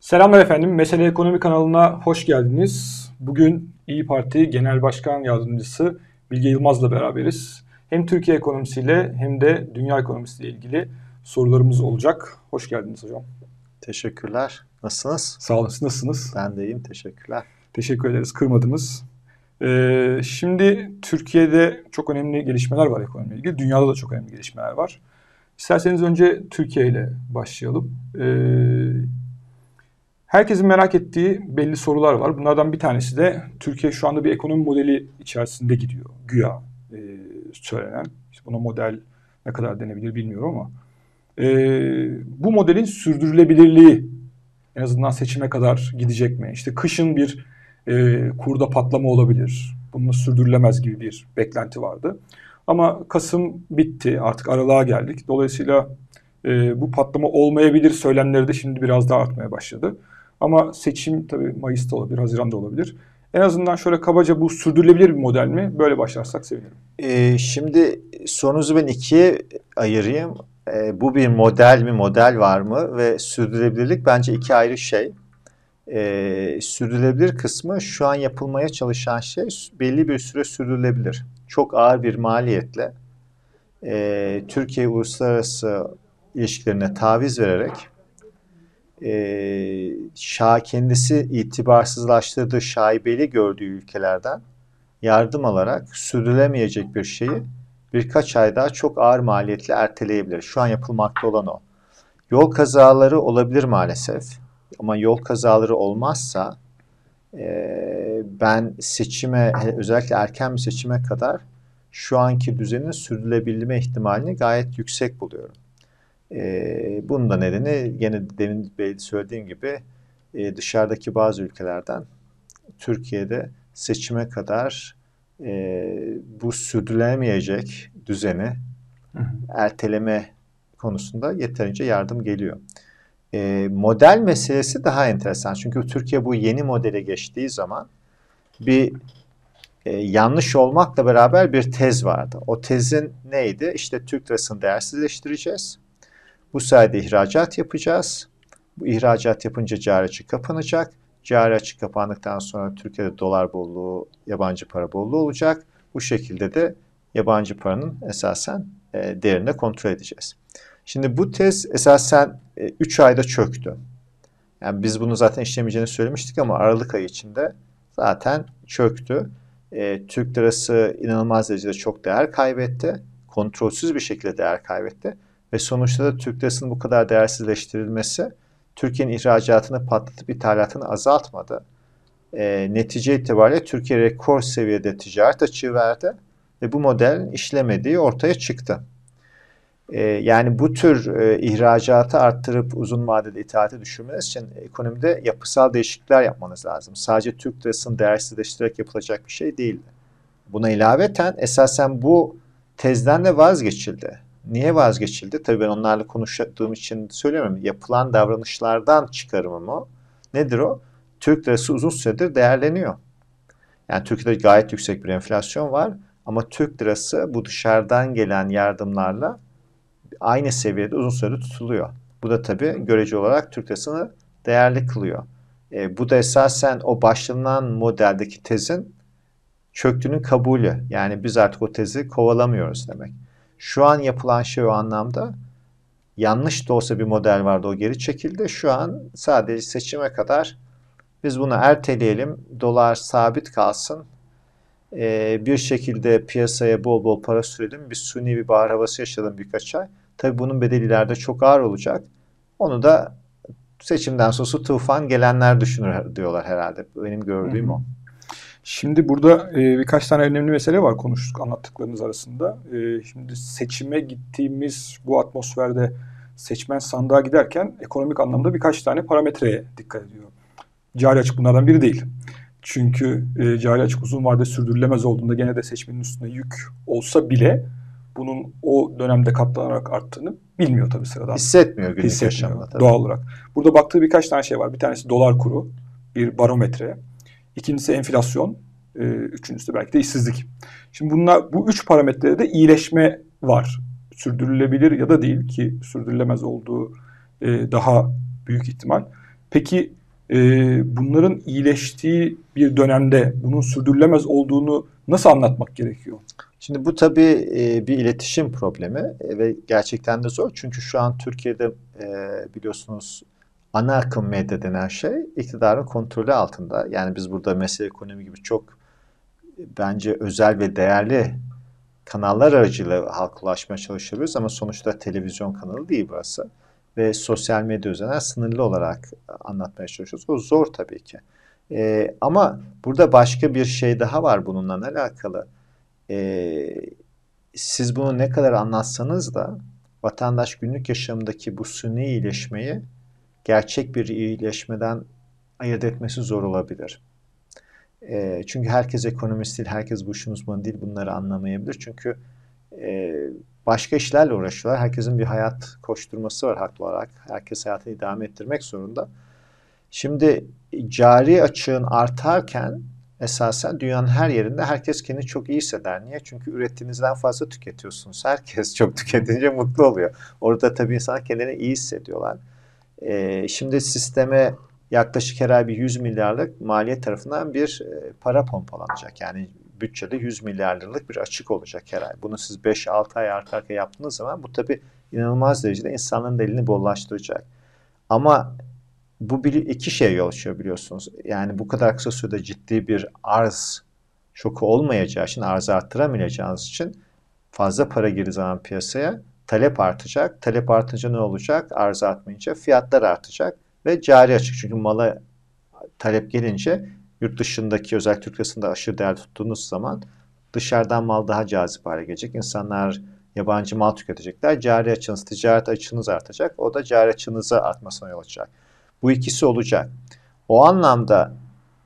Selamlar efendim. Mesele Ekonomi kanalına hoş geldiniz. Bugün İYİ Parti Genel Başkan Yardımcısı Bilge Yılmaz'la beraberiz. Hem Türkiye ekonomisiyle hem de dünya ekonomisiyle ilgili sorularımız olacak. Hoş geldiniz hocam. Teşekkürler. Nasılsınız? Sağ olun. Siz nasılsınız? Ben de iyiyim. Teşekkürler. Teşekkür ederiz. Kırmadınız. Şimdi Türkiye'de çok önemli gelişmeler var ekonomiyle ilgili. Dünyada da çok önemli gelişmeler var. İsterseniz önce Türkiye ile başlayalım. Herkesin merak ettiği belli sorular var. Bunlardan bir tanesi de Türkiye şu anda bir ekonomi modeli içerisinde gidiyor. Güya söylenen. İşte buna model ne kadar denebilir bilmiyorum ama. Bu modelin sürdürülebilirliği en azından seçime kadar gidecek mi? İşte kışın bir kurda patlama olabilir. Bunun sürdürülemez gibi bir beklenti vardı. Ama Kasım bitti. Artık aralığa geldik. Dolayısıyla bu patlama olmayabilir söylemleri de şimdi biraz daha artmaya başladı. Ama seçim tabii Mayıs'ta olabilir, Haziran'da olabilir. En azından şöyle kabaca bu sürdürülebilir bir model mi? Böyle başlarsak sevinirim. Şimdi sorunuzu ben ikiye ayırayım. Bu bir model mi, model var mı ve sürdürülebilirlik bence iki ayrı şey. Sürdürülebilir kısmı şu an yapılmaya çalışan şey belli bir süre sürdürülebilir. Çok ağır bir maliyetle Türkiye uluslararası ilişkilerine taviz vererek kendisi itibarsızlaştırdığı, şaibeli gördüğü ülkelerden yardım alarak sürdürülemeyecek bir şeyi birkaç ay daha çok ağır maliyetle erteleyebilir. Şu an yapılmakta olan o. Yol kazaları olabilir maalesef. Ama yol kazaları olmazsa ben seçime, özellikle erken bir seçime kadar şu anki düzenin sürdürülebilme ihtimalini gayet yüksek buluyorum. Bunun da nedeni yine demin söylediğim gibi dışarıdaki bazı ülkelerden Türkiye'de seçime kadar bu sürdürülemeyecek düzeni erteleme konusunda yeterince yardım geliyor. Model meselesi daha enteresan. Çünkü Türkiye bu yeni modele geçtiği zaman bir yanlış olmakla beraber bir tez vardı. O tezin neydi? İşte Türk lirasını değersizleştireceğiz. Bu sayede ihracat yapacağız. Bu ihracat yapınca cari açık kapanacak. Cari açık kapandıktan sonra Türkiye'de dolar bolluğu, yabancı para bolluğu olacak. Bu şekilde de yabancı paranın esasen değerini kontrol edeceğiz. Şimdi bu tez esasen 3 ayda çöktü. Yani biz bunu zaten işlemeyeceğini söylemiştik ama Aralık ayı içinde zaten çöktü. Türk lirası inanılmaz derecede çok değer kaybetti. Kontrolsüz bir şekilde değer kaybetti. Ve sonuçta da Türk lirasının bu kadar değersizleştirilmesi Türkiye'nin ihracatını patlatıp ithalatını azaltmadı. Netice itibariyle Türkiye rekor seviyede ticaret açığı verdi ve bu modelin işlemediği ortaya çıktı. Yani bu tür ihracatı arttırıp uzun vadede ithalatı düşürmeniz için ekonomide yapısal değişiklikler yapmanız lazım. Sadece Türk lirasını değersizleştirerek yapılacak bir şey değil. Buna ilaveten esasen bu tezden de vazgeçildi. Niye vazgeçildi? Tabii ben onlarla konuştuğum için söylemiyorum. Yapılan davranışlardan çıkarımı mı? Nedir o? Türk lirası uzun süredir değerleniyor. Yani Türkiye'de gayet yüksek bir enflasyon var ama Türk lirası bu dışarıdan gelen yardımlarla aynı seviyede uzun süredir tutuluyor. Bu da tabii görece olarak Türk lirasını değerli kılıyor. Bu da esasen o başlanan modeldeki tezin çöktüğünün kabulü. Yani biz artık o tezi kovalamıyoruz demek. Şu an yapılan şey o anlamda yanlış da olsa bir model vardı, o geri çekildi. Şu an sadece seçime kadar biz bunu erteleyelim, dolar sabit kalsın, bir şekilde piyasaya bol bol para sürelim, bir suni bir bahar havası yaşadım birkaç ay. Tabii bunun bedeli ileride çok ağır olacak. Onu da seçimden sonra tufan gelenler düşünür diyorlar herhalde. Benim gördüğüm o. Şimdi burada birkaç tane önemli mesele var konuştuk anlattıklarınız arasında. Şimdi seçime gittiğimiz bu atmosferde seçmen sandığa giderken ekonomik anlamda birkaç tane parametreye dikkat ediyor. Cari açık bunlardan biri değil. Çünkü cari açık uzun vadede sürdürülemez olduğunda gene de seçmenin üstüne yük olsa bile bunun o dönemde katlanarak arttığını bilmiyor tabii sıradan. Hissetmiyor günlük yaşamda tabii. Doğal olarak. Burada baktığı birkaç tane şey var. Bir tanesi dolar kuru, bir barometre. İkincisi enflasyon, üçüncüsü belki de işsizlik. Şimdi bu üç parametrede de iyileşme var. Sürdürülebilir ya da değil ki sürdürülemez olduğu daha büyük ihtimal. Peki bunların iyileştiği bir dönemde bunun sürdürülemez olduğunu nasıl anlatmak gerekiyor? Şimdi bu tabii bir iletişim problemi ve gerçekten de zor. Çünkü şu an Türkiye'de biliyorsunuz ana akım medya denen şey iktidarın kontrolü altında. Yani biz burada Mesele Ekonomi gibi çok bence özel ve değerli kanallar aracılığıyla halka ulaşmaya çalışıyoruz ama sonuçta televizyon kanalı değil burası. Ve sosyal medya üzerinden sınırlı olarak anlatmaya çalışıyoruz. O zor tabii ki. Ama burada başka bir şey daha var bununla alakalı. Siz bunu ne kadar anlatsanız da vatandaş günlük yaşamındaki bu suni iyileşmeyi gerçek bir iyileşmeden ayırt etmesi zor olabilir. Çünkü herkes ekonomist değil, herkes bu işin uzmanı değil, bunları anlamayabilir. Çünkü başka işlerle uğraşıyorlar. Herkesin bir hayat koşturması var haklı olarak. Herkes hayatını idame ettirmek zorunda. Şimdi cari açığın artarken esasen dünyanın her yerinde herkes kendini çok iyi hisseder. Niye? Çünkü ürettiğinizden fazla tüketiyorsunuz. Herkes çok tüketince mutlu oluyor. Orada tabii insanlar kendilerini iyi hissediyorlar. Şimdi sisteme yaklaşık her ay bir 100 milyarlık maliyet tarafından bir para pompalanacak. Yani bütçede 100 milyar liralık bir açık olacak her ay. Bunu siz 5-6 ay arka arkaya yaptığınız zaman bu tabii inanılmaz derecede insanların da elini bollaştıracak. Ama bu iki şey yol açıyor biliyorsunuz. Yani bu kadar kısa sürede ciddi bir arz şoku olmayacağı için, arzı arttıramayacağınız için fazla para girdiği zaman piyasaya talep artacak. Talep artınca ne olacak? Arz artmayınca fiyatlar artacak ve cari açık. Çünkü mala talep gelince yurt dışındaki özellikle Türk lirasında aşırı değer tuttuğunuz zaman dışarıdan mal daha cazip hale gelecek. İnsanlar yabancı mal tüketecekler. Cari açınız, ticaret açınız artacak. O da cari açınıza artmasına yol açacak. Bu ikisi olacak. O anlamda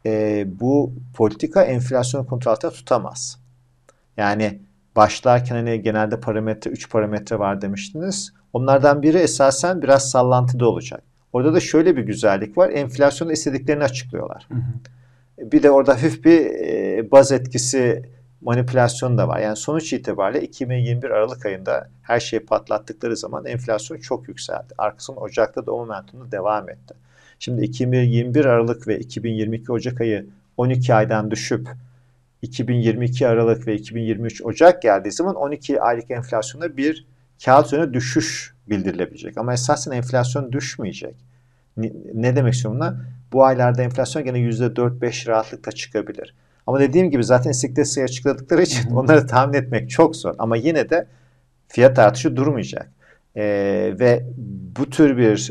bu politika enflasyonu kontrol altında tutamaz. Yani başlarken hani genelde parametre 3 parametre var demiştiniz. Onlardan biri esasen biraz sallantıda olacak. Orada da şöyle bir güzellik var. Enflasyonun istediklerini açıklıyorlar. Hı hı. Bir de orada hafif bir baz etkisi manipülasyon da var. Yani sonuç itibariyle 2021 Aralık ayında her şeyi patlattıkları zaman enflasyon çok yükseldi. Arkasından Ocak'ta da o momentumda devam etti. Şimdi 2021 Aralık ve 2022 Ocak ayı 12 aydan düşüp 2022 Aralık ve 2023 Ocak geldiği zaman 12 aylık enflasyonda bir kağıt üzerine düşüş bildirilebilecek. Ama esasen enflasyon düşmeyecek. Ne demek istiyorum buna? Bu aylarda enflasyon gene %4-5 rahatlıkla çıkabilir. Ama dediğim gibi zaten istikrarlı sayı açıkladıkları için onları tahmin etmek çok zor. Ama yine de fiyat artışı durmayacak. Ve bu tür bir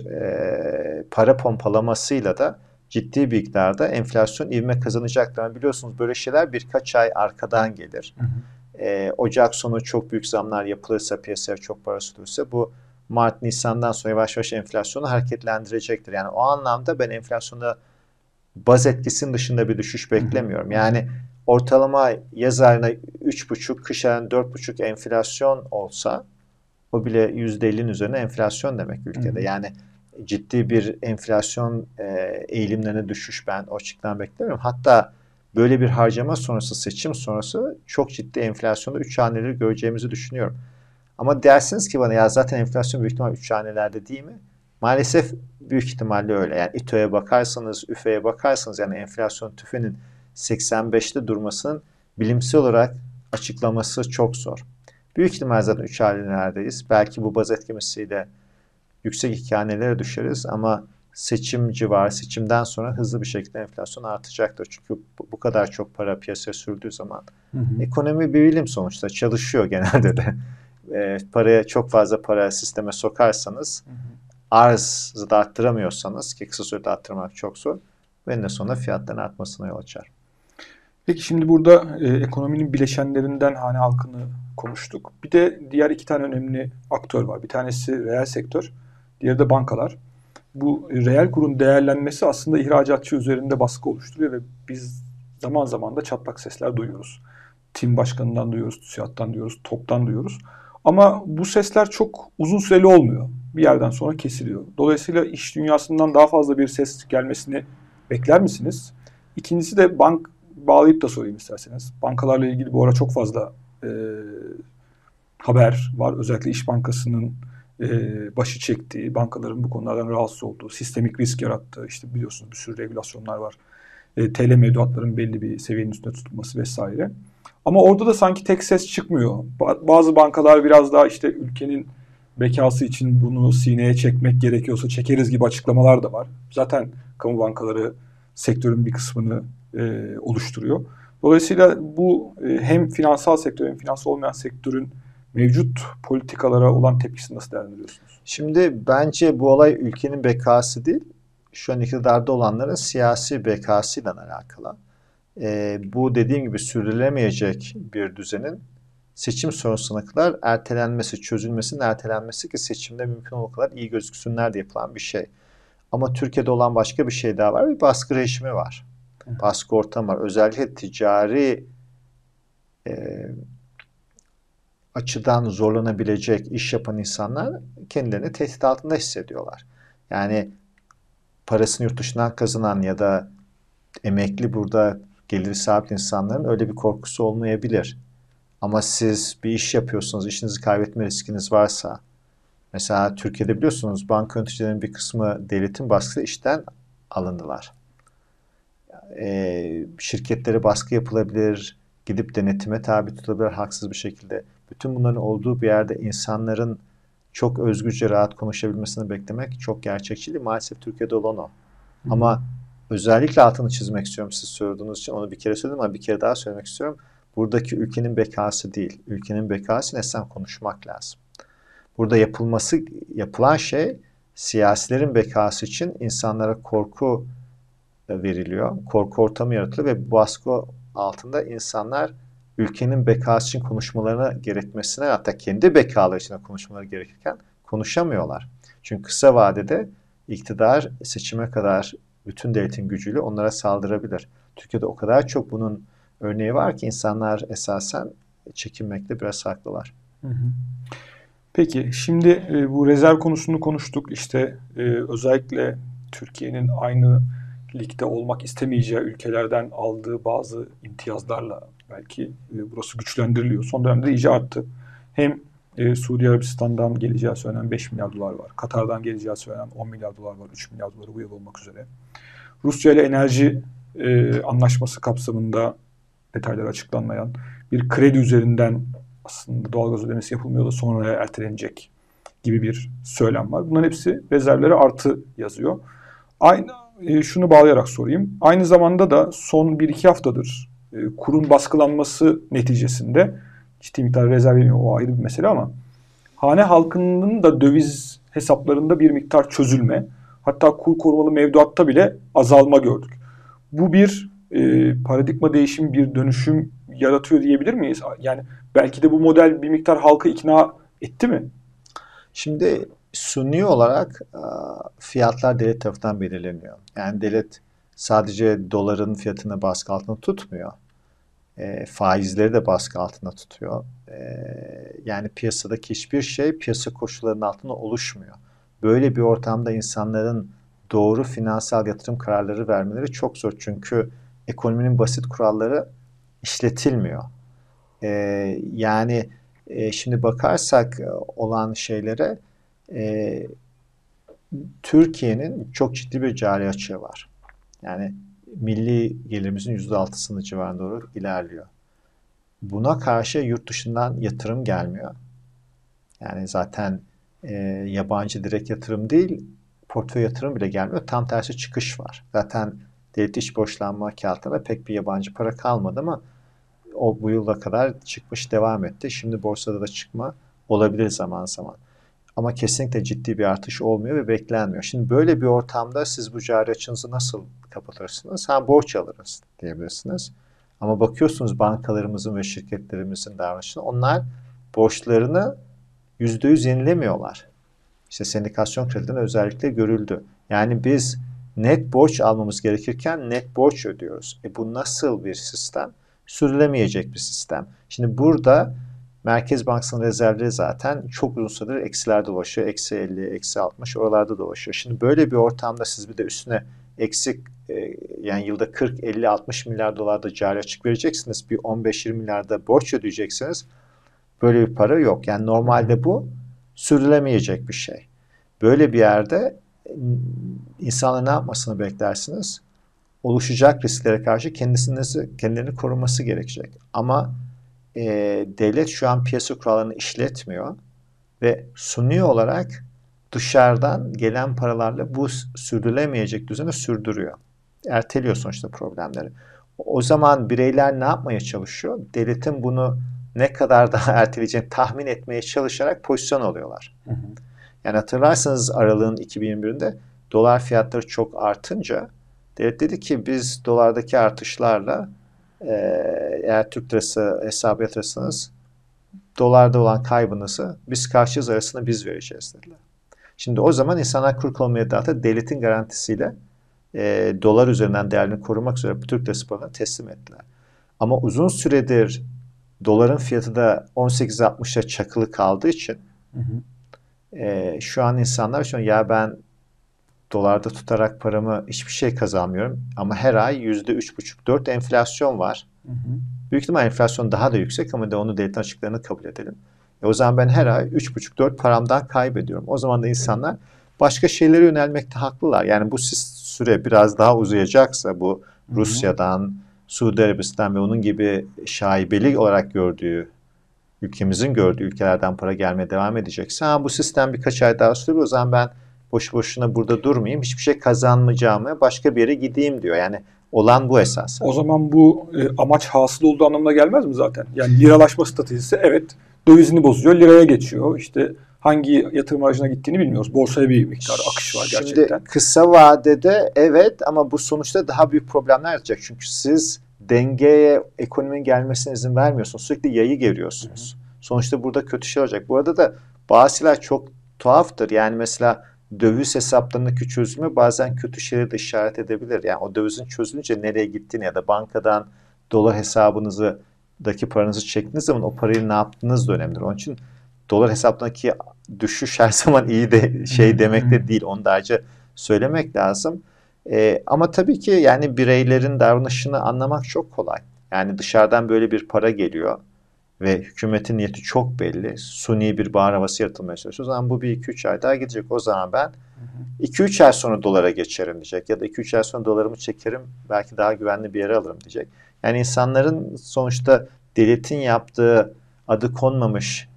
para pompalamasıyla da ciddi bir miktarda enflasyon ivme kazanacaktır. Biliyorsunuz böyle şeyler birkaç ay arkadan gelir. Hı hı. Ocak sonu çok büyük zamlar yapılırsa, piyasaya çok para sürülürse bu Mart, Nisan'dan sonra yavaş yavaş enflasyonu hareketlendirecektir. Yani o anlamda ben enflasyonda baz etkisinin dışında bir düşüş beklemiyorum. Yani ortalama yaz ayına 3,5, kış ayına 4,5 enflasyon olsa o bile %50'nin üzerine enflasyon demek ülkede. Yani ciddi bir enflasyon eğilimlerine düşüş ben o açıktan beklemiyorum. Hatta böyle bir harcama sonrası, seçim sonrası çok ciddi enflasyonda 3 haneleri göreceğimizi düşünüyorum. Ama dersiniz ki bana ya zaten enflasyon büyük ihtimal 3 hanelerde değil mi? Maalesef büyük ihtimalle öyle. Yani İTO'ya bakarsanız, üfeye bakarsanız yani enflasyon tüfenin 85'te durmasının bilimsel olarak açıklaması çok zor. Büyük ihtimal zaten 3 hanelerdeyiz. Belki bu baz etkisiyle yüksek 2 hanelere düşeriz ama seçim civarı, seçimden sonra hızlı bir şekilde enflasyon artacaktır. Çünkü bu kadar çok para piyasaya sürdüğü zaman ekonomi bir bilim sonuçta çalışıyor genelde de. Paraya çok fazla para sisteme sokarsanız arzı da arttıramıyorsanız ki kısa sürede arttırmak çok zor ve en sonunda fiyatların artmasına yol açar. Peki şimdi burada ekonominin bileşenlerinden hane halkını konuştuk. Bir de diğer iki tane önemli aktör var. Bir tanesi reel sektör, diğeri de bankalar. Bu reel kurun değerlenmesi aslında ihracatçı üzerinde baskı oluşturuyor ve biz zaman zaman da çatlak sesler duyuyoruz. Tim başkanından duyuyoruz, TÜSİAD'dan duyuyoruz, TOK'tan duyuyoruz. Ama bu sesler çok uzun süreli olmuyor. Bir yerden sonra kesiliyor. Dolayısıyla iş dünyasından daha fazla bir ses gelmesini bekler misiniz? İkincisi de bağlayıp da sorayım isterseniz. Bankalarla ilgili bu ara çok fazla haber var. Özellikle İş Bankası'nın başı çektiği, bankaların bu konulardan rahatsız olduğu, sistemik risk yarattığı, işte biliyorsunuz bir sürü regülasyonlar var. TL mevduatların belli bir seviyenin üstünde tutulması vesaire. Ama orada da sanki tek ses çıkmıyor. Bazı bankalar biraz daha işte ülkenin bekası için bunu sineye çekmek gerekiyorsa çekeriz gibi açıklamalar da var. Zaten kamu bankaları sektörün bir kısmını oluşturuyor. Dolayısıyla bu hem finansal sektör hem finansal olmayan sektörün mevcut politikalara olan tepkisini nasıl değerlendiriyorsunuz? Şimdi bence bu olay ülkenin bekası değil, şu an iktidarda olanların siyasi bekasıyla alakalı. Bu dediğim gibi sürdürülemeyecek bir düzenin seçim sonrasına kadar ertelenmesi, çözülmesinin ertelenmesi ki seçimde mümkün olduğu kadar iyi gözüksünler diye yapılan bir şey. Ama Türkiye'de olan başka bir şey daha var. Bir baskı rejimi var. Baskı ortamı var. Özellikle ticari açıdan zorlanabilecek iş yapan insanlar kendilerini tehdit altında hissediyorlar. Yani parasını yurt dışından kazanan ya da emekli burada geliri sabit insanların öyle bir korkusu olmayabilir. Ama siz bir iş yapıyorsunuz, işinizi kaybetme riskiniz varsa, mesela Türkiye'de biliyorsunuz banka yöneticilerinin bir kısmı devletin baskısı işten alındılar. Şirketlere baskı yapılabilir, gidip denetime tabi tutulabilir haksız bir şekilde. Bütün bunların olduğu bir yerde insanların çok özgürce rahat konuşabilmesini beklemek çok gerçekçi değil. Maalesef Türkiye'de olan o. Ama özellikle altını çizmek istiyorum siz sorduğunuz için. Onu bir kere söyledim ama bir kere daha söylemek istiyorum. Buradaki ülkenin bekası değil. Ülkenin bekası nesnen konuşmak lazım. Burada yapılan şey siyasilerin bekası için insanlara korku veriliyor. Korku ortamı yaratılıyor ve bu baskı altında insanlar ülkenin bekası için konuşmalarına gerekmesine hatta kendi bekaları için konuşmaları gerekirken konuşamıyorlar. Çünkü kısa vadede iktidar seçime kadar bütün devletin gücüyle onlara saldırabilir. Türkiye'de o kadar çok bunun örneği var ki insanlar esasen çekinmekte biraz haklılar. Hı hı. Peki şimdi bu rezerv konusunu konuştuk. İşte özellikle Türkiye'nin aynı ligde olmak istemeyeceği ülkelerden aldığı bazı imtiyazlarla belki burası güçlendiriliyor. Son dönemde iyice arttı. Hem Suudi Arabistan'dan geleceği söylenen 5 milyar dolar var. Katar'dan geleceği söylenen 10 milyar dolar var. 3 milyar doları bu yıl olmak üzere. Rusya ile enerji anlaşması kapsamında detayları açıklanmayan bir kredi üzerinden aslında doğalgaz ödemesi yapılmıyor da sonraya ertelenecek gibi bir söylem var. Bunların hepsi rezervlere artı yazıyor. Aynı şunu bağlayarak sorayım. Aynı zamanda da son 1-2 haftadır kurun baskılanması neticesinde ciddi miktar rezerv yeniyor. O ayrı bir mesele ama hane halkının da döviz hesaplarında bir miktar çözülme, hatta kur korumalı mevduatta bile azalma gördük. Bu bir paradigma değişimi, bir dönüşüm yaratıyor diyebilir miyiz? Yani belki de bu model bir miktar halkı ikna etti mi? Şimdi suni olarak fiyatlar devlet tarafından belirleniyor. Yani devlet sadece doların fiyatını baskı altında tutmuyor. Faizleri de baskı altında tutuyor. Yani piyasadaki hiçbir şey piyasa koşullarının altında oluşmuyor. Böyle bir ortamda insanların doğru finansal yatırım kararları vermeleri çok zor. Çünkü ekonominin basit kuralları işletilmiyor. Yani şimdi bakarsak olan şeylere Türkiye'nin çok ciddi bir cari açığı var. Yani milli gelirimizin %6'sının civarına doğru ilerliyor. Buna karşı yurt dışından yatırım gelmiyor. Yani zaten yabancı direkt yatırım değil, portföy yatırım bile gelmiyor. Tam tersi çıkış var. Zaten devlet iç borçlanma kağıtlarında pek bir yabancı para kalmadı ama o bu yıla kadar çıkmış devam etti. Şimdi borsada da çıkma olabilir zaman zaman. Ama kesinlikle ciddi bir artış olmuyor ve beklenmiyor. Şimdi böyle bir ortamda siz bu cari açığınızı nasıl kapatırsınız? Ha borç alırız diyebilirsiniz. Ama bakıyorsunuz bankalarımızın ve şirketlerimizin davranışına onlar borçlarını %100 yenilemiyorlar. İşte sendikasyon krediden özellikle görüldü. Yani biz net borç almamız gerekirken net borç ödüyoruz. Bu nasıl bir sistem? Sürülemeyecek bir sistem. Şimdi burada Merkez Bankası'nın rezervleri zaten çok uzun süredir eksilerde dolaşıyor. -50, -60 oralarda dolaşıyor. Şimdi böyle bir ortamda siz bir de üstüne eksik yani yılda 40, 50, 60 milyar dolar da cari açık vereceksiniz. Bir 15-20 milyar da borç ödeyeceksiniz. Böyle bir para yok. Yani normalde bu sürdürülemeyecek bir şey. Böyle bir yerde insanların ne yapmasını beklersiniz? Oluşacak risklere karşı kendilerini koruması gerekecek. Ama devlet şu an piyasa kurallarını işletmiyor ve suni olarak dışarıdan gelen paralarla bu sürdürülemeyecek düzeni sürdürüyor. Erteliyor sonuçta problemleri. O zaman bireyler ne yapmaya çalışıyor? Devletin bunu ne kadar daha erteleyeceğini tahmin etmeye çalışarak pozisyon alıyorlar. Hı hı. Yani hatırlarsanız aralığın 2021'inde dolar fiyatları çok artınca devlet dedi ki biz dolardaki artışlarla eğer Türk lirası hesabı yatırırsanız dolarda olan kaybınızı biz karşıyız, arasında biz vereceğiz dediler. Şimdi o zaman insanlar kur korumalı mevduatı devletin garantisiyle dolar üzerinden değerini korumak üzere Türk lirası paralarını teslim ettiler. Ama uzun süredir doların fiyatı da 18.60'a çakılı kaldığı için Hı hı. şu an insanlar ya ben dolarda tutarak paramı hiçbir şey kazanmıyorum ama her ay %3,5-4 enflasyon var. Hı hı. Büyük ihtimal enflasyon daha da yüksek ama de onu devletin açıklarını kabul edelim. O zaman ben her ay 3,5-4 paramdan kaybediyorum. O zaman da insanlar başka şeylere yönelmekte haklılar. Yani bu süre biraz daha uzayacaksa bu Rusya'dan, Suudi Arabistan ve onun gibi şaibeli olarak gördüğü, ülkemizin gördüğü ülkelerden para gelmeye devam edecekse bu sistem birkaç ay daha sürüyor. O zaman ben boşu boşuna burada durmayayım, hiçbir şey kazanmayacağımı başka bir yere gideyim diyor. Yani olan bu esas. O zaman bu amaç hasıl olduğu anlamına gelmez mi zaten? Yani liralaşma stratejisi evet dövizini bozuyor, liraya geçiyor. İşte hangi yatırım aracına gittiğini bilmiyoruz. Borsaya bir miktar akış var gerçekten. Şimdi kısa vadede evet ama bu sonuçta daha büyük problemler yaratacak. Çünkü siz dengeye ekonominin gelmesine izin vermiyorsunuz. Sürekli yayı geriyorsunuz. Sonuçta burada kötü şey olacak. Bu arada da bazı şeyler çok tuhaftır. Yani mesela döviz hesaplarındaki çözümü bazen kötü şeyleri de işaret edebilir. Yani o dövizin çözülünce nereye gittiğini ya da bankadan dolar hesabınızdaki paranızı çektiğiniz zaman o parayı ne yaptığınız da önemlidir. Onun için dolar hesaplarındaki düşüş her zaman iyi de demek de değil. Onu da ayrıca söylemek lazım. Ama tabii ki yani bireylerin davranışını anlamak çok kolay. Yani dışarıdan böyle bir para geliyor ve hükümetin niyeti çok belli. Suni bir bahar havası yaratılmaya çalışıyor. O zaman bu bir 2-3 ay daha gidecek. O zaman ben 2-3 ay sonra dolara geçerim diyecek. Ya da 2-3 ay sonra dolarımı çekerim. Belki daha güvenli bir yere alırım diyecek. Yani insanların sonuçta devletin yaptığı adı konmamış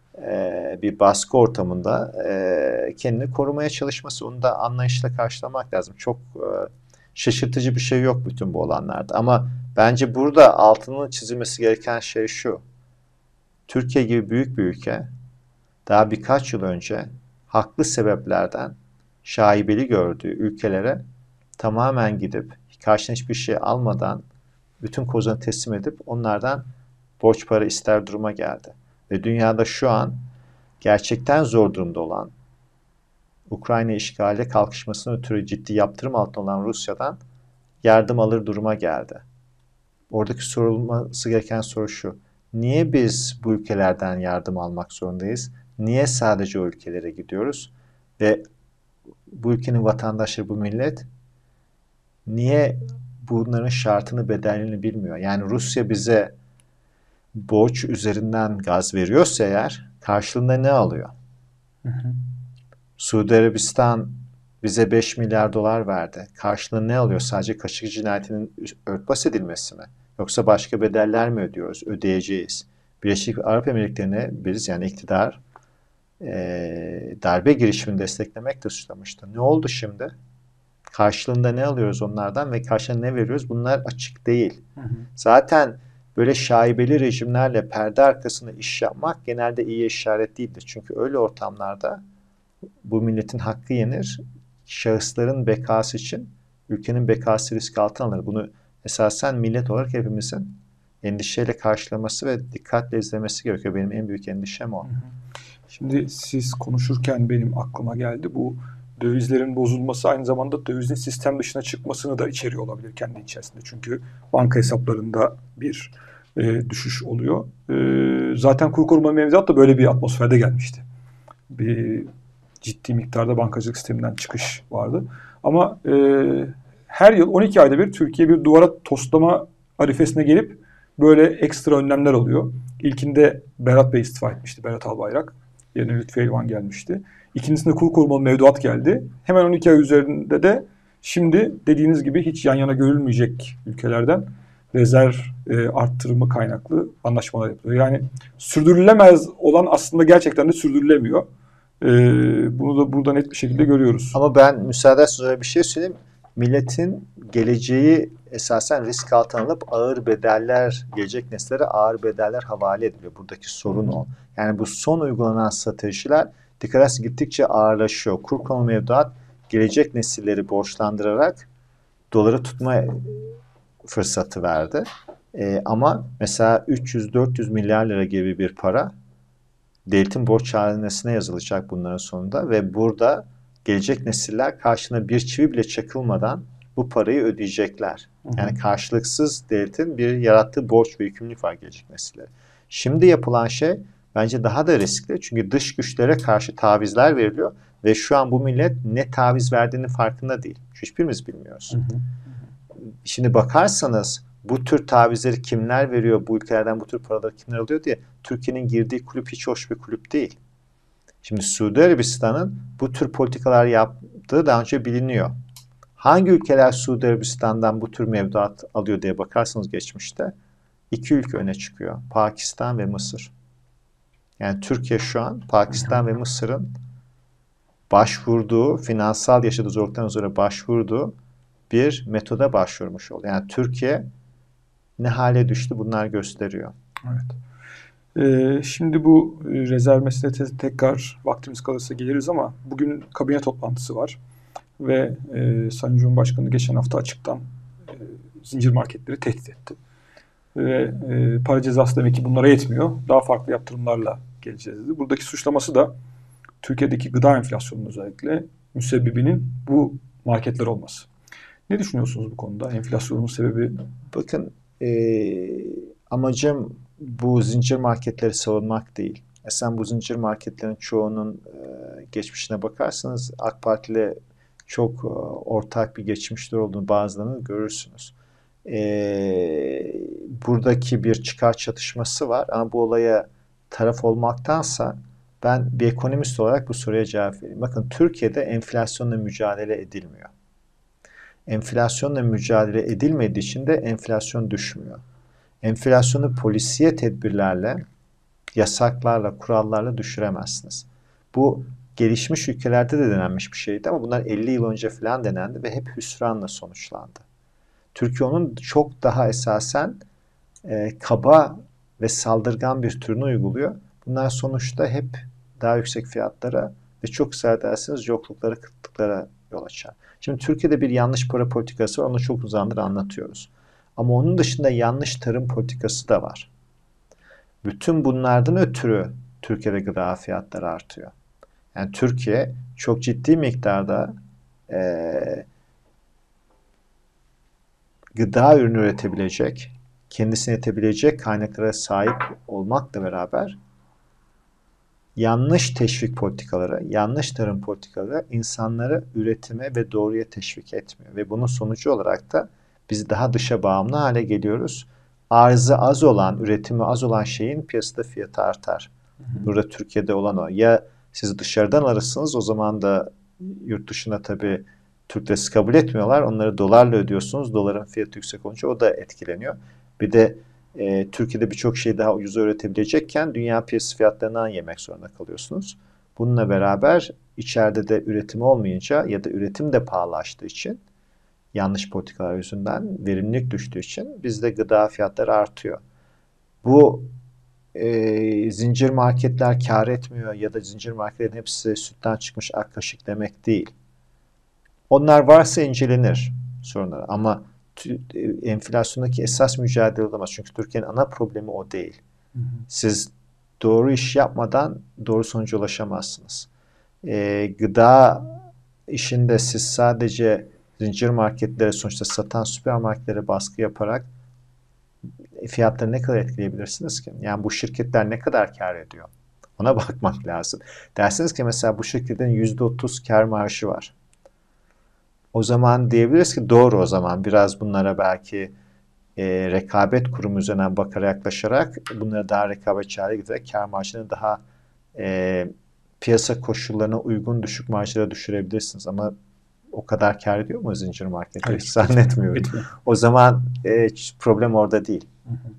bir baskı ortamında kendini korumaya çalışması, onu da anlayışla karşılamak lazım. Çok şaşırtıcı bir şey yok bütün bu olanlarda. Ama bence burada altının çizilmesi gereken şey şu. Türkiye gibi büyük bir ülke daha birkaç yıl önce haklı sebeplerden şaibeli gördüğü ülkelere tamamen gidip karşına hiçbir şey almadan bütün kozunu teslim edip onlardan borç para ister duruma geldi. Ve dünyada şu an gerçekten zor durumda olan, Ukrayna işgaliyle kalkışmasına ötürü ciddi yaptırım altında olan Rusya'dan yardım alır duruma geldi. Oradaki sorulması gereken soru şu. Niye biz bu ülkelerden yardım almak zorundayız? Niye sadece o ülkelere gidiyoruz? Ve bu ülkenin vatandaşları, bu millet niye bunların şartını, bedelini bilmiyor? Yani Rusya bize borç üzerinden gaz veriyorsa eğer karşılığında ne alıyor? Hı hı. Suudi Arabistan bize 5 milyar dolar verdi. Karşılığında ne alıyor? Sadece Kaşıkçı cinayetinin örtbas edilmesi mi? Yoksa başka bedeller mi ödüyoruz? Ödeyeceğiz. Birleşik Arap Emirlikleri'ne biz yani iktidar darbe girişimini desteklemekle suçlamıştı. Ne oldu şimdi? Karşılığında ne alıyoruz onlardan ve karşılığında ne veriyoruz? Bunlar açık değil. Hı hı. Zaten böyle şaibeli rejimlerle perde arkasında iş yapmak genelde iyi işaret değildir. Çünkü öyle ortamlarda bu milletin hakkı yenir. Şahısların bekası için ülkenin bekası risk altına alınır. Bunu esasen millet olarak hepimizin endişeyle karşılaması ve dikkatle izlemesi gerekiyor. Benim en büyük endişem o. Şimdi siz konuşurken benim aklıma geldi. Bu dövizlerin bozulması aynı zamanda dövizin sistem dışına çıkmasını da içeriyor olabilir kendi içerisinde. Çünkü banka hesaplarında bir düşüş oluyor. Zaten kur korumalı mevduat da böyle bir atmosferde gelmişti. Bir ciddi miktarda bankacılık sisteminden çıkış vardı. Ama her yıl 12 ayda bir Türkiye bir duvara toslama arifesine gelip böyle ekstra önlemler alıyor. İlkinde Berat Bey istifa etmişti, Berat Albayrak. Yerine Lütfü Elvan gelmişti. İkincisinde kuru korumalı mevduat geldi. Hemen 12 ay üzerinde de şimdi dediğiniz gibi hiç yan yana görülmeyecek ülkelerden rezerv arttırımı kaynaklı anlaşmalar yapılıyor. Yani sürdürülemez olan aslında gerçekten de sürdürülemiyor. Bunu da burada net bir şekilde görüyoruz. Ama ben müsaade ederseniz bir şey söyleyeyim. Milletin geleceği esasen risk altına alıp ağır bedeller, gelecek nesillere ağır bedeller havale ediliyor. Buradaki sorun o. Yani bu son uygulanan stratejiler dikkat ederseniz gittikçe ağırlaşıyor. Kur konumu mevduat gelecek nesilleri borçlandırarak doları tutma fırsatı verdi. Ama mesela 300-400 milyar lira gibi bir para devletin borç hanesine yazılacak bunların sonunda ve burada gelecek nesiller karşına bir çivi bile çakılmadan bu parayı ödeyecekler. Yani karşılıksız devletin bir yarattığı borç ve yükümlülük var gelecek nesillere. Şimdi yapılan şey bence daha da riskli. Çünkü dış güçlere karşı tavizler veriliyor ve şu an bu millet ne taviz verdiğinin farkında değil. Hiçbirimiz bilmiyoruz. Şimdi bakarsanız bu tür tavizleri kimler veriyor, bu ülkelerden bu tür paraları kimler alıyor diye Türkiye'nin girdiği kulüp hiç hoş bir kulüp değil. Şimdi Suudi Arabistan'ın bu tür politikalar yaptığı daha önce biliniyor. Hangi ülkeler Suudi Arabistan'dan bu tür mevduat alıyor diye bakarsanız geçmişte 2 ülke öne çıkıyor. Pakistan ve Mısır. Yani Türkiye şu an Pakistan ve Mısır'ın başvurduğu, finansal yaşadığı zorluktan sonra başvurduğu bir metoda başvurmuş oldu. Yani Türkiye ne hale düştü bunlar gösteriyor. Evet. Şimdi bu rezerv meselesine tekrar vaktimiz kalırsa geliriz ama bugün kabine toplantısı var. Ve Sayın Cumhurbaşkanı geçen hafta açıktan zincir marketleri tehdit etti. Ve para cezası demek ki bunlara yetmiyor. Daha farklı yaptırımlarla geleceğiz dedi. Buradaki suçlaması da Türkiye'deki gıda enflasyonunun özellikle müsebbibinin bu marketler olması. Ne düşünüyorsunuz bu konuda? Enflasyonun sebebi? Bakın amacım bu zincir marketleri savunmak değil. Sen bu zincir marketlerin çoğunun geçmişine bakarsanız AK Parti ile çok ortak bir geçmişler olduğunu bazılarını görürsünüz. Buradaki bir çıkar çatışması var ama bu olaya taraf olmaktansa ben bir ekonomist olarak bu soruya cevap vereyim. Bakın Türkiye'de enflasyonla mücadele edilmiyor. Enflasyonla mücadele edilmediği için de enflasyon düşmüyor. Enflasyonu polisiye tedbirlerle, yasaklarla, kurallarla düşüremezsiniz. Bu gelişmiş ülkelerde de denenmiş bir şeydi ama bunlar 50 yıl önce falan denendi ve hep hüsranla sonuçlandı. Türkiye onun çok daha esasen kaba ve saldırgan bir türünü uyguluyor. Bunlar sonuçta hep daha yüksek fiyatlara ve çok kısa derseniz yokluklara, kıtlıklara yol açar. Şimdi Türkiye'de bir yanlış para politikası var. Onu çok uzun zamandır anlatıyoruz. Ama onun dışında yanlış tarım politikası da var. Bütün bunlardan ötürü Türkiye'de gıda fiyatları artıyor. Yani Türkiye çok ciddi miktarda gıda ürünü üretebilecek, kendisine yetebilecek kaynaklara sahip olmakla beraber yanlış teşvik politikaları, yanlış tarım politikaları insanları üretime ve doğruya teşvik etmiyor. Ve bunun sonucu olarak da biz daha dışa bağımlı hale geliyoruz. Arzı az olan, üretimi az olan şeyin piyasada fiyatı artar. Burada Türkiye'de olan o. Ya siz dışarıdan alırsınız, o zaman da yurt dışına tabii Türk lirası kabul etmiyorlar. Onları dolarla ödüyorsunuz. Doların fiyatı yüksek olunca o da etkileniyor. Bir de Türkiye'de birçok şeyi daha ucuza üretebilecekken dünya piyasası fiyatlarından yemek zorunda kalıyorsunuz. Bununla beraber içeride de üretim olmayınca ya da üretim de pahalaştığı için yanlış politikalar yüzünden verimlilik düştüğü için bizde gıda fiyatları artıyor. Bu zincir marketler kar etmiyor ya da zincir marketlerin hepsi sütten çıkmış ak kaşık demek değil. Onlar varsa incelenir sorunlar ama enflasyondaki esas mücadele olamaz. Çünkü Türkiye'nin ana problemi o değil. Siz doğru iş yapmadan doğru sonuca ulaşamazsınız. Gıda işinde siz sadece zincir marketlere sonuçta satan süpermarketlere baskı yaparak fiyatları ne kadar etkileyebilirsiniz ki? Yani bu şirketler ne kadar kar ediyor? Ona bakmak lazım. Dersiniz ki mesela bu şirketin %30 kar marjı var. O zaman diyebiliriz ki doğru o zaman biraz bunlara belki rekabet kurumu üzerinden bakarak yaklaşarak bunları daha rekabetçi hale getirerek kar marjını daha piyasa koşullarına uygun düşük marjlara düşürebilirsiniz ama o kadar kâr ediyor mu zincir market? Hayır, Hiç zannetmiyorum. etmiyor. O zaman problem orada değil. Hı hı.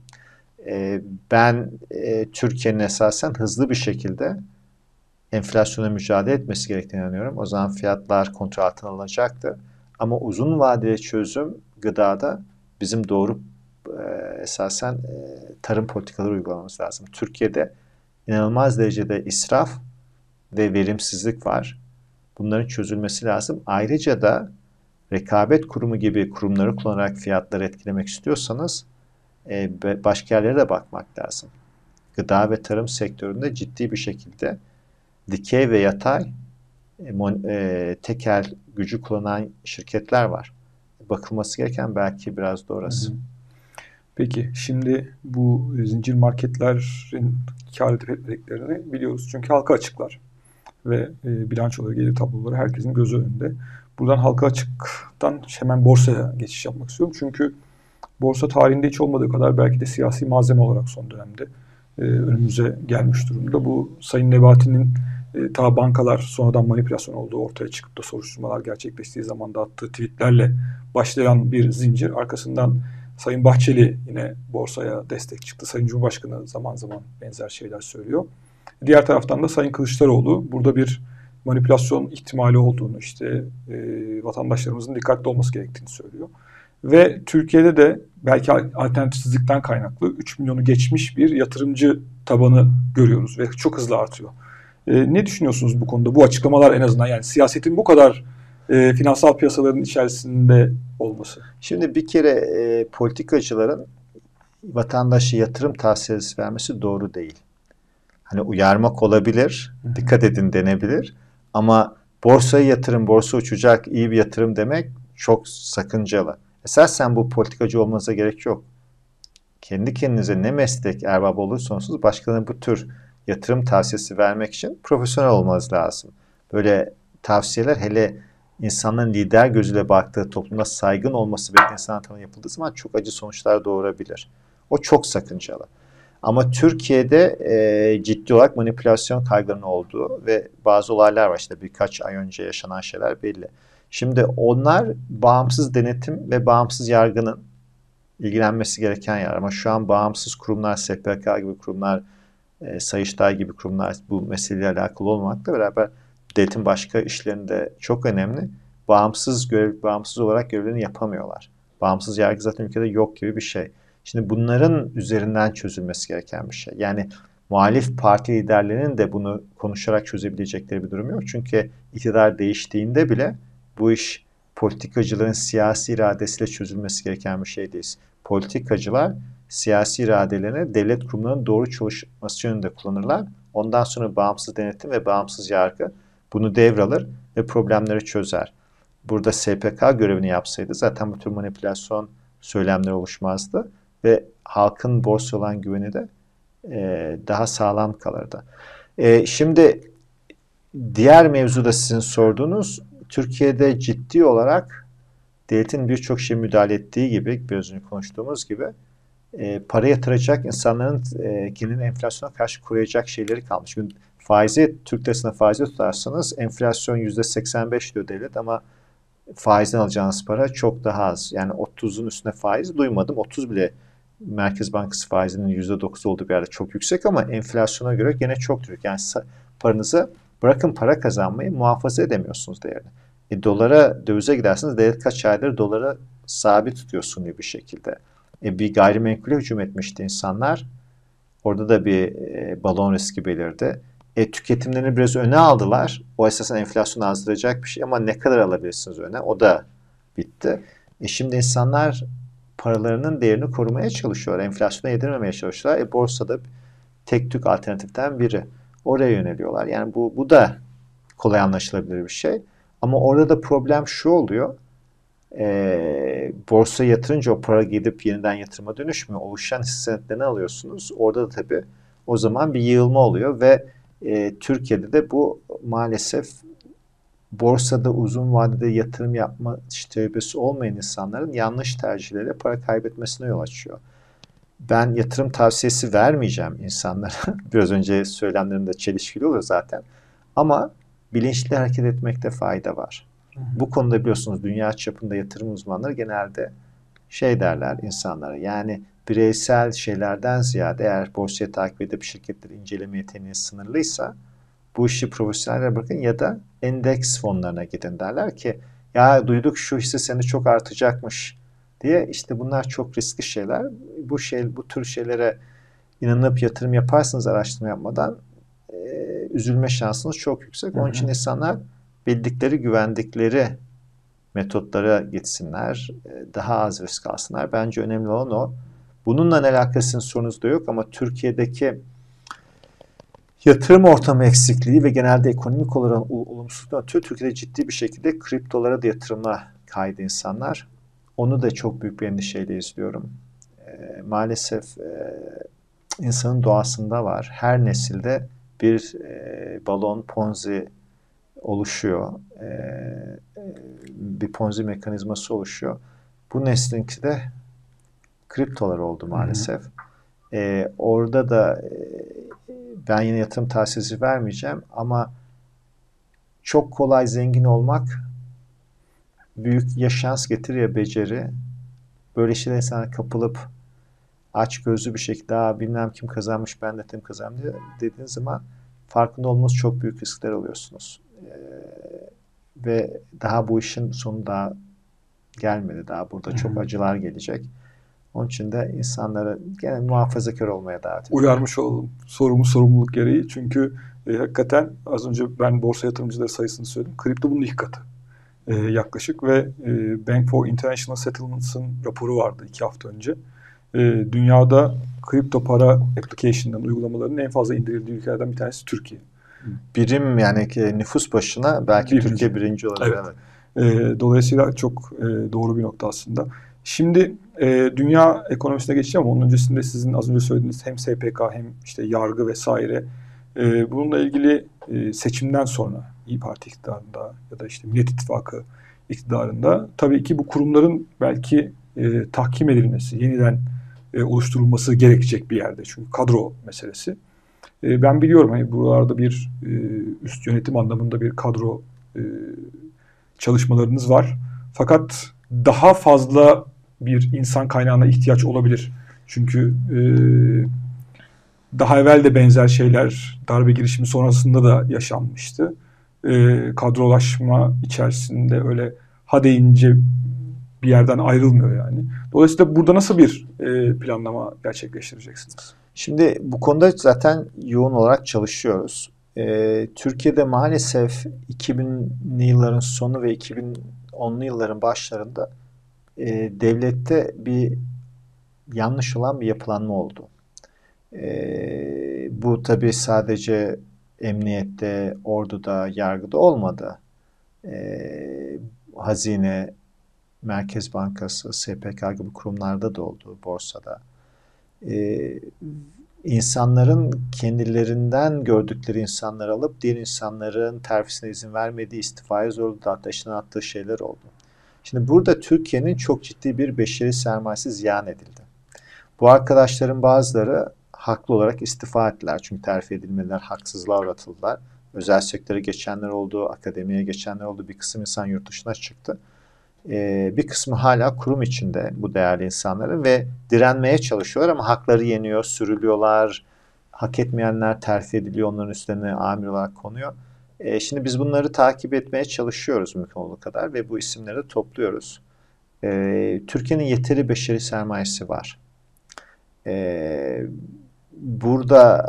Ben Türkiye'nin esasen hızlı bir şekilde enflasyona mücadele etmesi gerektiğine inanıyorum. O zaman fiyatlar kontrol altına alınacaktı. Ama uzun vadeli çözüm gıdada bizim doğru esasen tarım politikaları uygulamamız lazım. Türkiye'de inanılmaz derecede israf ve verimsizlik var. Bunların çözülmesi lazım. Ayrıca da rekabet kurumu gibi kurumları kullanarak fiyatları etkilemek istiyorsanız başka yerlere de bakmak lazım. Gıda ve tarım sektöründe ciddi bir şekilde dikey ve yatay tekel gücü kullanan şirketler var. Bakılması gereken belki biraz da orası. Hı hı. Peki şimdi bu zincir marketlerin kâr edip etmediklerini biliyoruz. Çünkü halka açıklar ve bilançoları, gelir tabloları herkesin gözü önünde. Buradan halka açıktan hemen borsaya geçiş yapmak istiyorum. Çünkü borsa tarihinde hiç olmadığı kadar belki de siyasi malzeme olarak son dönemde önümüze gelmiş durumda. Bu Sayın Nebati'nin ta bankalar sonradan manipülasyon olduğu ortaya çıkıp da soruşturmalar gerçekleştiği zaman da attığı tweetlerle başlayan bir zincir. Arkasından Sayın Bahçeli yine borsaya destek çıktı. Sayın Cumhurbaşkanı zaman zaman benzer şeyler söylüyor. Diğer taraftan da Sayın Kılıçdaroğlu burada bir manipülasyon ihtimali olduğunu, işte vatandaşlarımızın dikkatli olması gerektiğini söylüyor. Ve Türkiye'de de belki alternatifsizlikten kaynaklı 3 milyonu geçmiş bir yatırımcı tabanı görüyoruz ve çok hızlı artıyor. Ne düşünüyorsunuz bu konuda? Bu açıklamalar en azından, yani siyasetin bu kadar finansal piyasaların içerisinde olması. Şimdi bir kere politikacıların vatandaşa yatırım tavsiyesi vermesi doğru değil. Hani uyarmak olabilir, dikkat edin denebilir ama borsaya yatırım, borsa uçacak, iyi bir yatırım demek çok sakıncalı. Esasen bu politikacı olmanıza gerek yok. Kendi kendinize ne meslek erbabı olursanız başkalarına bu tür yatırım tavsiyesi vermek için profesyonel olmanız lazım. Böyle tavsiyeler hele insanların lider gözüyle baktığı, toplumda saygın olması bekleyen insan tarafından yapıldığı zaman çok acı sonuçlar doğurabilir. O çok sakıncalı. Ama Türkiye'de ciddi olarak manipülasyon kaygılarının olduğu ve bazı olaylar var. İşte birkaç ay önce yaşanan şeyler belli. Şimdi onlar bağımsız denetim ve bağımsız yargının ilgilenmesi gereken yer. Ama şu an bağımsız kurumlar, SPK gibi kurumlar, Sayıştay gibi kurumlar bu meseleyle alakalı olmakla beraber devletin başka işlerinde çok önemli. Bağımsız olarak görevlerini yapamıyorlar. Bağımsız yargı zaten ülkede yok gibi bir şey. Şimdi bunların üzerinden çözülmesi gereken bir şey. Yani muhalif parti liderlerinin de bunu konuşarak çözebilecekleri bir durum yok. Çünkü iktidar değiştiğinde bile bu iş politikacıların siyasi iradesiyle çözülmesi gereken bir şey değil. Politikacılar siyasi iradelerini devlet kurumlarının doğru çalışması yönünde kullanırlar. Ondan sonra bağımsız denetim ve bağımsız yargı bunu devralır ve problemleri çözer. Burada SPK görevini yapsaydı zaten bu tür manipülasyon söylemleri oluşmazdı ve halkın borsaya olan güveni de daha sağlam kalırdı. Şimdi diğer mevzuda sizin sorduğunuz, Türkiye'de ciddi olarak devletin birçok şey müdahale ettiği gibi, biraz önce konuştuğumuz gibi para yatıracak insanların kendini enflasyona karşı koruyacak şeyleri kalmış. Şimdi Türk lirasına faizi tutarsanız enflasyon %85 diyor devlet ama faizden alacağınız para çok daha az. Yani 30'un üstüne faiz duymadım. 30 bile Merkez Bankası faizinin %9 olduğu bir yerde çok yüksek ama enflasyona göre gene çok düşük. Yani paranızı bırakın para kazanmayı muhafaza edemiyorsunuz değerini. Dolara, dövize giderseniz devlet kaç aydır dolara sabit tutuyorsun gibi bir şekilde. Bir gayrimenkule hücum etmişti insanlar. Orada da bir balon riski belirdi. Tüketimlerini biraz öne aldılar. O esasen enflasyonu azdıracak bir şey ama ne kadar alabilirsiniz öne? O da bitti. Şimdi insanlar paralarının değerini korumaya çalışıyorlar. Enflasyona yedirmemeye çalışıyorlar. Borsada tek tük alternatiften biri. Oraya yöneliyorlar. Yani bu da kolay anlaşılabilir bir şey. Ama orada da problem şu oluyor. Borsaya yatırınca o para gidip yeniden yatırıma dönüşmüyor. Oluşan hisse senetlerini alıyorsunuz. Orada da tabii o zaman bir yığılma oluyor ve Türkiye'de de bu maalesef borsada uzun vadede yatırım yapma tecrübesi olmayan insanların yanlış tercihleriyle para kaybetmesine yol açıyor. Ben yatırım tavsiyesi vermeyeceğim insanlara. Biraz önce söylemlerimde çelişkili oluyor zaten. Ama bilinçli hareket etmekte fayda var. Bu konuda biliyorsunuz dünya çapında yatırım uzmanları genelde şey derler insanlara, yani bireysel şeylerden ziyade eğer borsayı takip edip şirketleri inceleme yeteneğiniz sınırlıysa bu işi profesyonellere bırakın ya da endeks fonlarına gidin derler ki ya duyduk şu hisse senedi çok artacakmış diye. İşte bunlar çok riskli şeyler. Bu tür şeylere inanıp yatırım yaparsanız araştırma yapmadan üzülme şansınız çok yüksek. Onun için insanlar bildikleri, güvendikleri metotlara gitsinler, daha az risk alsınlar. Bence önemli olan o. Bununla alakasının sorunuz da yok ama Türkiye'deki yatırım ortamı eksikliği ve genelde ekonomik olarak olumsuzluğu ötürü Türkiye'de ciddi bir şekilde kriptolara da yatırıma kaydı insanlar. Onu da çok büyük bir endişeyle izliyorum. Maalesef insanın doğasında var. Her nesilde bir balon ponzi oluşuyor. Bir ponzi mekanizması oluşuyor. Bu neslinki de kriptolar oldu maalesef. Orada da ben yine yatırım tavsiyesi vermeyeceğim ama çok kolay zengin olmak büyük ya şans getirir ya beceri. Böyle şeyler sana kapılıp aç gözlü bir şekilde bilmem kim kazanmış ben de kim kazandı dediğiniz zaman farkında olmanız çok büyük riskler alıyorsunuz. Ve daha bu işin sonu daha gelmedi. Daha burada çok acılar gelecek. Onun için de insanları gene muhafazakar olmaya davet ediyorum. Uyarmış olalım sorumluluk gereği. Çünkü hakikaten az önce ben borsa yatırımcıları sayısını söyledim. Kripto bunun 2 katı yaklaşık ve Bank for International Settlements'ın raporu vardı 2 hafta önce. Dünyada kripto para application'dan uygulamalarının en fazla indirildiği ülkelerden bir tanesi Türkiye. Birim yani nüfus başına belki Türkiye birinci olabilir. Evet. Dolayısıyla çok doğru bir nokta aslında. Şimdi dünya ekonomisine geçeceğim ama onun öncesinde sizin az önce söylediğiniz hem SPK hem işte yargı vesaire bununla ilgili seçimden sonra İYİ Parti iktidarında ya da işte Millet İttifakı iktidarında tabii ki bu kurumların belki tahkim edilmesi, yeniden oluşturulması gerekecek bir yerde. Çünkü kadro meselesi. Ben biliyorum hani buralarda bir üst yönetim anlamında bir kadro çalışmalarınız var. Fakat daha fazla bir insan kaynağına ihtiyaç olabilir. Çünkü daha evvel de benzer şeyler darbe girişimi sonrasında da yaşanmıştı. Kadrolaşma içerisinde öyle ha deyince bir yerden ayrılmıyor yani. Dolayısıyla burada nasıl bir planlama gerçekleştireceksiniz? Şimdi bu konuda zaten yoğun olarak çalışıyoruz. Türkiye'de maalesef 2000'li yılların sonu ve 2010'lu yılların başlarında devlette bir yanlış olan bir yapılanma oldu. Bu tabii sadece emniyette, orduda, yargıda olmadı. Hazine, Merkez Bankası, SPK gibi kurumlarda da oldu, borsada. İnsanların kendilerinden gördükleri insanları alıp diğer insanların terfisine izin vermediği, istifaya zorladığı, ateşine attığı şeyler oldu. Şimdi burada Türkiye'nin çok ciddi bir beşeri sermayesi ziyan edildi. Bu arkadaşların bazıları haklı olarak istifa ettiler. Çünkü terfi edilmeler, haksızlığa uğratıldılar. Özel sektöre geçenler oldu, akademiye geçenler oldu. Bir kısım insan yurt dışına çıktı. Bir kısmı hala kurum içinde bu değerli insanların ve direnmeye çalışıyorlar ama hakları yeniyor, sürülüyorlar. Hak etmeyenler terfi ediliyor, onların üstlerine amir olarak konuyor. Şimdi biz bunları takip etmeye çalışıyoruz mümkün olduğu kadar ve bu isimleri de topluyoruz. Türkiye'nin yeteri beşeri sermayesi var. Burada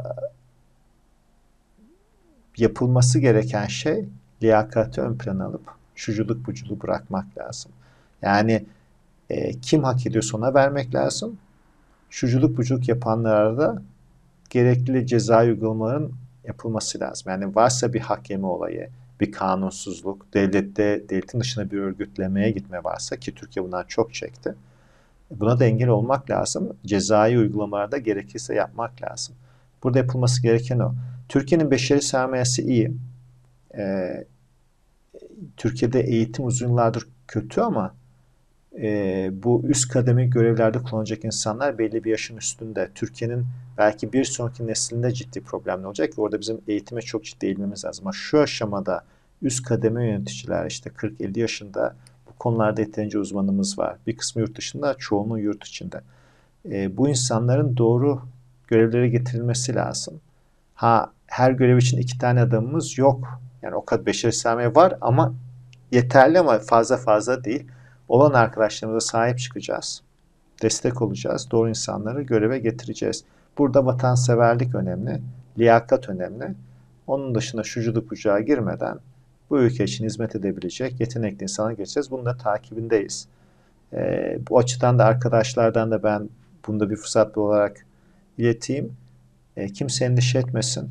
yapılması gereken şey liyakati ön plana alıp şuculuk buculuğu bırakmak lazım. Yani kim hak ediyorsa ona vermek lazım. Şuculuk buculuk yapanlara da gerekli ceza uygulamaların yapılması lazım. Yani varsa bir hak yeme olayı, bir kanunsuzluk, devletin dışına bir örgütlemeye gitme varsa ki Türkiye bundan çok çekti. Buna da engel olmak lazım. Cezai uygulamalarda gerekirse yapmak lazım. Burada yapılması gereken o. Türkiye'nin beşeri sermayesi iyi. Türkiye'de eğitim uzun yıllardır kötü ama Bu üst kademe görevlerde kullanacak insanlar belli bir yaşın üstünde. Türkiye'nin belki bir sonraki neslinde ciddi problemler olacak ve orada bizim eğitime çok ciddi eğilmemiz lazım. Ama şu aşamada üst kademe yöneticiler işte 40-50 yaşında, bu konularda yeterince uzmanımız var. Bir kısmı yurt dışında, çoğunluğu yurt içinde. Bu insanların doğru görevlere getirilmesi lazım. Her görev için 2 tane adamımız yok. Yani o kadar beşeri sermaye var ama yeterli, ama fazla değil. Olan arkadaşlarımıza sahip çıkacağız. Destek olacağız. Doğru insanları göreve getireceğiz. Burada vatanseverlik önemli. Liyakat önemli. Onun dışında şuculuk bucağa girmeden bu ülke için hizmet edebilecek yetenekli insana geçeceğiz. Bunun da takibindeyiz. Bu açıdan da arkadaşlardan da ben bunda bir fırsat olarak ileteyim. Kimse endişe etmesin.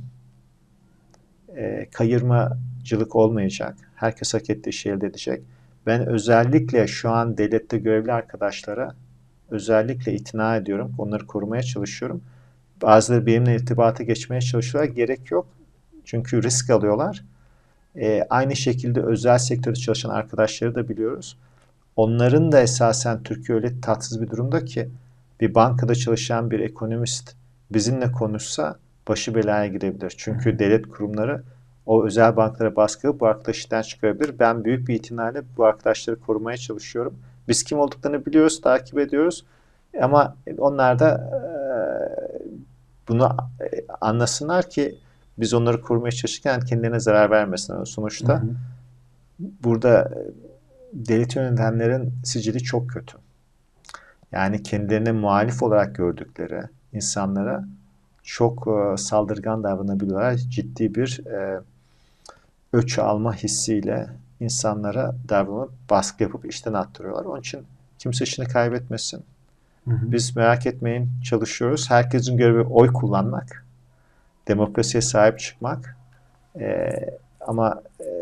Kayırmacılık olmayacak. Herkes hak ettiği şeyi elde edecek. Ben özellikle şu an devlette görevli arkadaşlara özellikle itina ediyorum. Onları korumaya çalışıyorum. Bazıları benimle irtibata geçmeye çalışıyorlar. Gerek yok. Çünkü risk alıyorlar. Aynı şekilde özel sektörde çalışan arkadaşları da biliyoruz. Onların da esasen Türkiye öyle tatsız bir durumda ki bir bankada çalışan bir ekonomist bizimle konuşsa başı belaya girebilir. Çünkü devlet kurumları o özel banklara baskı bu arkadaşı işten çıkarabilir. Ben büyük bir itinayla bu arkadaşları korumaya çalışıyorum. Biz kim olduklarını biliyoruz, takip ediyoruz. Ama onlar da bunu anlasınlar ki biz onları korumaya çalışırken kendilerine zarar vermesinler. Sonuçta burada devlet yönetenlerin sicili çok kötü. Yani kendilerine muhalif olarak gördükleri insanlara çok saldırgan davranabiliyorlar. Ciddi bir öç alma hissiyle insanlara davranıp baskı yapıp işten attırıyorlar. Onun için kimse işini kaybetmesin. Biz merak etmeyin çalışıyoruz. Herkesin görevi oy kullanmak, demokrasiye sahip çıkmak. Ama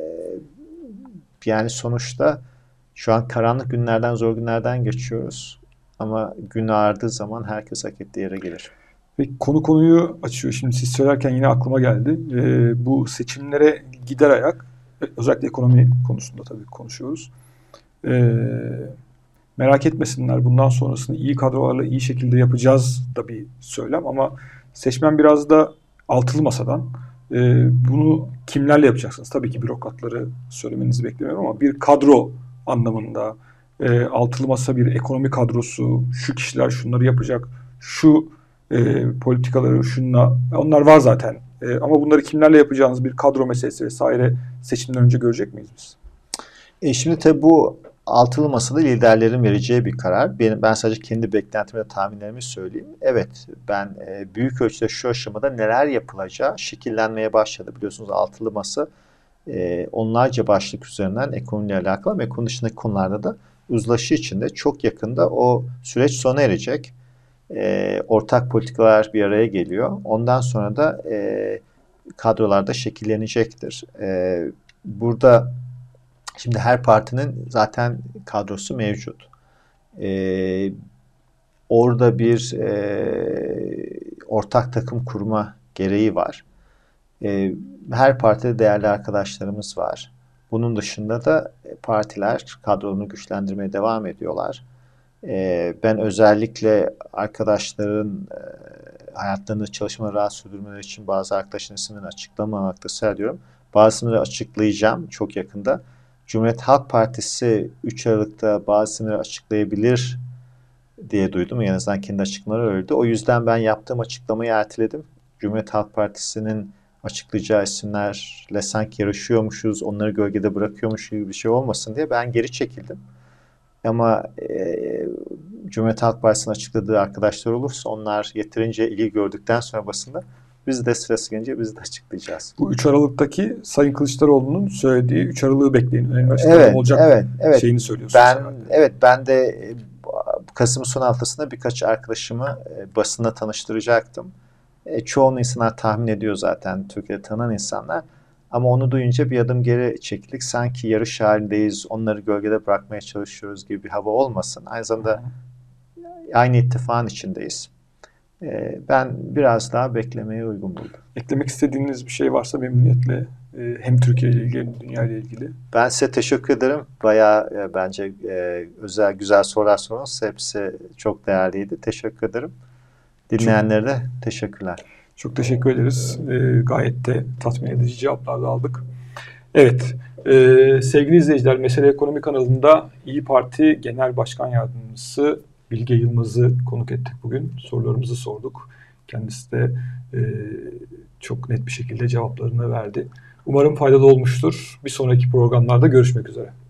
yani sonuçta şu an karanlık günlerden, zor günlerden geçiyoruz. Ama gün ağardığı zaman herkes hak ettiği yere gelir. Ve konuyu açıyor. Şimdi siz söylerken yine aklıma geldi. Bu seçimlere gider ayak, özellikle ekonomi konusunda tabii konuşuyoruz. Merak etmesinler, bundan sonrasını iyi kadrolarla iyi şekilde yapacağız da bir söylem, ama seçmen biraz da altılı masadan bunu kimlerle yapacaksınız? Tabii ki bürokratları söylemenizi beklemiyorum ama bir kadro anlamında altılı masa bir ekonomi kadrosu, şu kişiler şunları yapacak, şu politikaları şunla, onlar var zaten. Ama bunları kimlerle yapacağınız bir kadro meselesi vesaire seçimden önce görecek miyiz biz? Şimdi tabii bu altılı masada liderlerin vereceği bir karar. Ben sadece kendi beklentimi ve tahminlerimi söyleyeyim. Evet, ben büyük ölçüde şu aşamada neler yapılacağı şekillenmeye başladı. Biliyorsunuz altılı masa onlarca başlık üzerinden ekonomiyle alakalı ama ekonomi dışındaki konularda da uzlaşı içinde çok yakında o süreç sona erecek. Ortak politikalar bir araya geliyor. Ondan sonra da kadrolarda şekillenecektir. Burada şimdi her partinin zaten kadrosu mevcut. Orada bir ortak takım kurma gereği var. Her partide değerli arkadaşlarımız var. Bunun dışında da partiler kadrolarını güçlendirmeye devam ediyorlar. Ben özellikle arkadaşların hayatlarında çalışma rahat sürdürmeleri için bazı arkadaşların isimlerini açıklamamakta ısrar ediyorum. Bazılarını açıklayacağım çok yakında. Cumhuriyet Halk Partisi 3 Aralık'ta bazı isimleri açıklayabilir diye duydum. En azından kendi açıklamaları öyleydi. O yüzden ben yaptığım açıklamayı erteledim. Cumhuriyet Halk Partisi'nin açıklayacağı isimlerle sanki yarışıyormuşuz, onları gölgede bırakıyormuş gibi bir şey olmasın diye ben geri çekildim. Ama Cumhuriyet Halk Partisi'nin açıkladığı arkadaşlar olursa onlar yeterince ilgi gördükten sonra basında biz de sırası gelince biz de açıklayacağız. Bu 3 Aralık'taki Sayın Kılıçdaroğlu'nun söylediği 3 Aralık'ı bekleyin. Önemli açıklama olacak şeyini söylüyorsunuz. Ben de Kasım'ın son haftasında birkaç arkadaşımı basına tanıştıracaktım. Çoğunu insanlar tahmin ediyor zaten, Türkiye'de tanınan insanlar. Ama onu duyunca bir adım geri çekildik. Sanki yarış halindeyiz, onları gölgede bırakmaya çalışıyoruz gibi bir hava olmasın. Aynı zamanda aynı ittifakın içindeyiz. Ben biraz daha beklemeye uygun buldum. Eklemek istediğiniz bir şey varsa memnuniyetle Hem Türkiye ile ilgili hem dünya ile ilgili. Ben size teşekkür ederim. Bayağı bence özel güzel sorular sordunuz. Hepsi çok değerliydi. Teşekkür ederim. Dinleyenlere de teşekkürler. Çok teşekkür ederiz. Gayet de tatmin edici cevaplar da aldık. Evet, sevgili izleyiciler, Mesele Ekonomi kanalında İYİ Parti Genel Başkan Yardımcısı Bilge Yılmaz'ı konuk ettik bugün. Sorularımızı sorduk. Kendisi de çok net bir şekilde cevaplarını verdi. Umarım faydalı olmuştur. Bir sonraki programlarda görüşmek üzere.